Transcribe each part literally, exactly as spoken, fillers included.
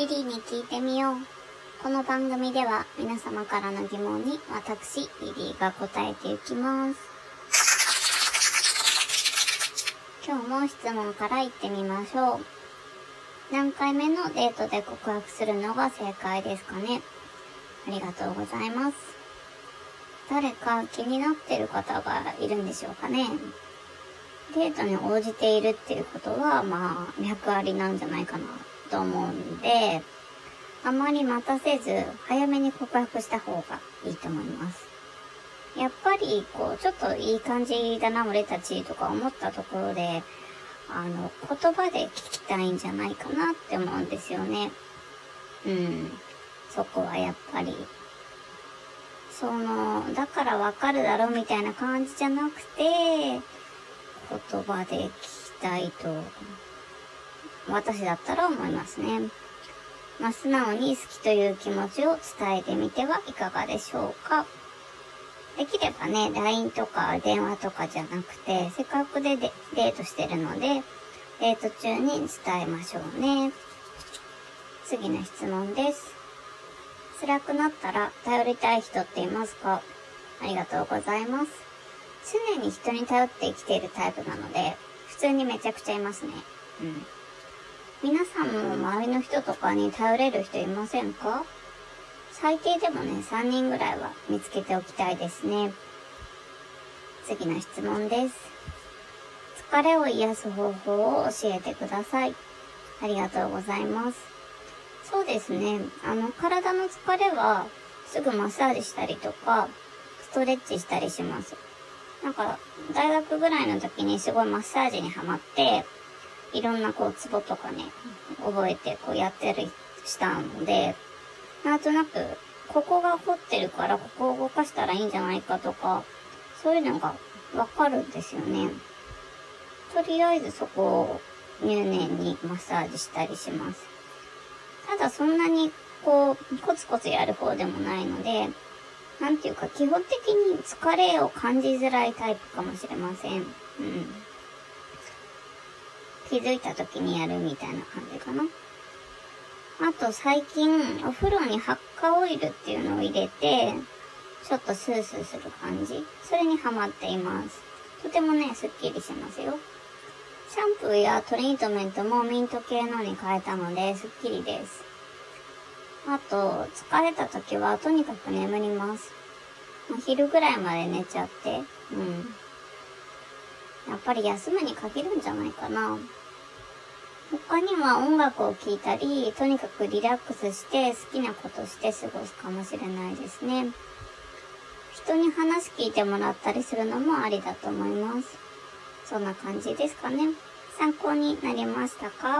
リリーに聞いてみよう。この番組では皆様からの疑問に私、リリーが答えていきます。今日も質問からいってみましょう。何回目のデートで告白するのが正解ですかね。ありがとうございます。誰か気になってる方がいるんでしょうかね。デートに応じているっていうことは、まあ、脈ありなんじゃないかなと思うんで、あまり待たせず、早めに告白した方がいいと思います。やっぱり、こう、ちょっといい感じだな、俺たちとか思ったところで、あの、言葉で聞きたいんじゃないかなって思うんですよね。うん。そこはやっぱり。その、だからわかるだろみたいな感じじゃなくて、言葉で聞きたいと、私だったら思いますね。まあ、素直に好きという気持ちを伝えてみてはいかがでしょうか。できればね、ライン とか電話とかじゃなくて、せっかくでデートしてるので、デート中に伝えましょうね。次の質問です。辛くなったら頼りたい人っていますか？ありがとうございます。常に人に頼って生きているタイプなので、普通にめちゃくちゃいますね。うん。皆さんも周りの人とかに頼れる人いませんか？最低でもね、さんにんぐらいは見つけておきたいですね。次の質問です。疲れを癒す方法を教えてください。ありがとうございます。そうですね。あの、体の疲れはすぐマッサージしたりとか、ストレッチしたりします。なんか、大学ぐらいの時にすごいマッサージにハマって、いろんなこうツボとかね、覚えてこうやってるしたので、なんとなく、ここが凝ってるからここを動かしたらいいんじゃないかとか、そういうのがわかるんですよね。とりあえずそこを入念にマッサージしたりします。ただそんなにこう、コツコツやる方でもないので、なんていうか基本的に疲れを感じづらいタイプかもしれません。うん。気づいた時にやるみたいな感じかな。あと最近お風呂にハッカオイルっていうのを入れて、ちょっとスースーする感じ。それにハマっています。とてもね、スッキリしますよ。シャンプーやトリートメントもミント系のに変えたので、スッキリです。あと、疲れた時はとにかく眠ります。昼ぐらいまで寝ちゃって、うん。やっぱり休むに限るんじゃないかな。他には音楽を聴いたり、とにかくリラックスして好きなことして過ごすかもしれないですね。人に話聞いてもらったりするのもありだと思います。そんな感じですかね。参考になりましたか？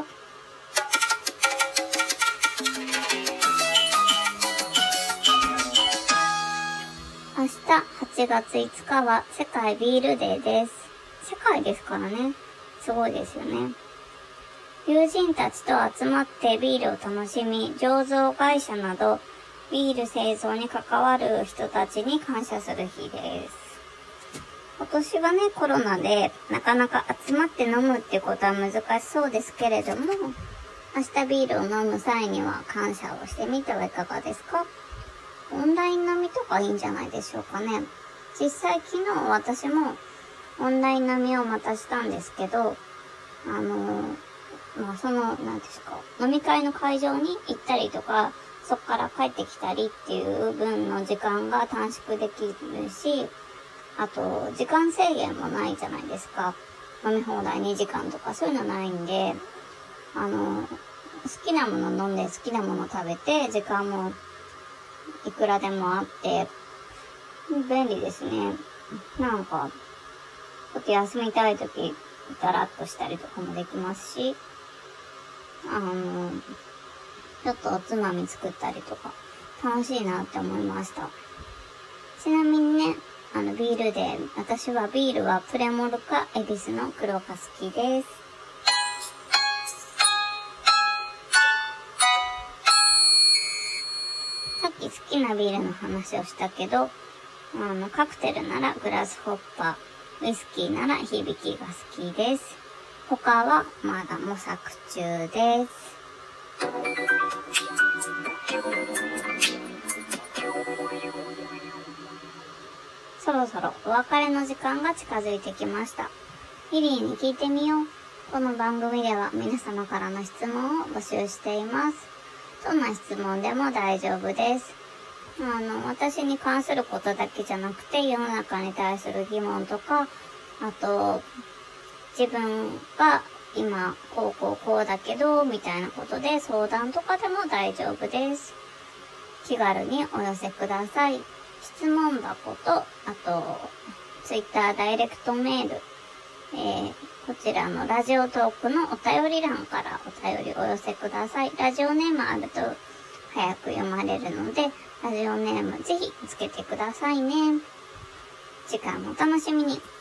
明日はちがついつかは世界ビールデーです。世界ですからね。すごいですよね。友人たちと集まってビールを楽しみ、醸造会社などビール製造に関わる人たちに感謝する日です。今年はね、コロナでなかなか集まって飲むってことは難しそうですけれども、明日ビールを飲む際には感謝をしてみてはいかがですか？オンライン飲みとかいいんじゃないでしょうかね。実際昨日私もオンライン飲みをまたしたんですけど、あのー、まあその、なんですか、飲み会の会場に行ったりとか、そこから帰ってきたりっていう分の時間が短縮できるし、あと、時間制限もないじゃないですか。飲み放題にじかんとかそういうのないんで、あのー、好きなもの飲んで好きなもの食べて、時間もいくらでもあって、便利ですね。なんか、ちょっと休みたいとき、だらっとしたりとかもできますし、あの、ちょっとおつまみ作ったりとか、楽しいなって思いました。ちなみにね、あの、ビールで、私はビールはプレモルかエビスの黒が好きです。さっき好きなビールの話をしたけど、あの、カクテルならグラスホッパー、ウイスキーなら響きが好きです。他はまだ模索中です。 そろそろお別れの時間が近づいてきました。リリーに聞いてみよう。この番組では皆様からの質問を募集しています。どんな質問でも大丈夫です。あの、私に関することだけじゃなくて、世の中に対する疑問とか、あと、自分が今、こうこうこうだけど、みたいなことで相談とかでも大丈夫です。気軽にお寄せください。質問箱と、あと、ツイッターダイレクトメール、えー、こちらのラジオトークのお便り欄からお便りお寄せください。ラジオネームあると早く読まれるので、ラジオネームぜひつけてくださいね。次回もお楽しみに。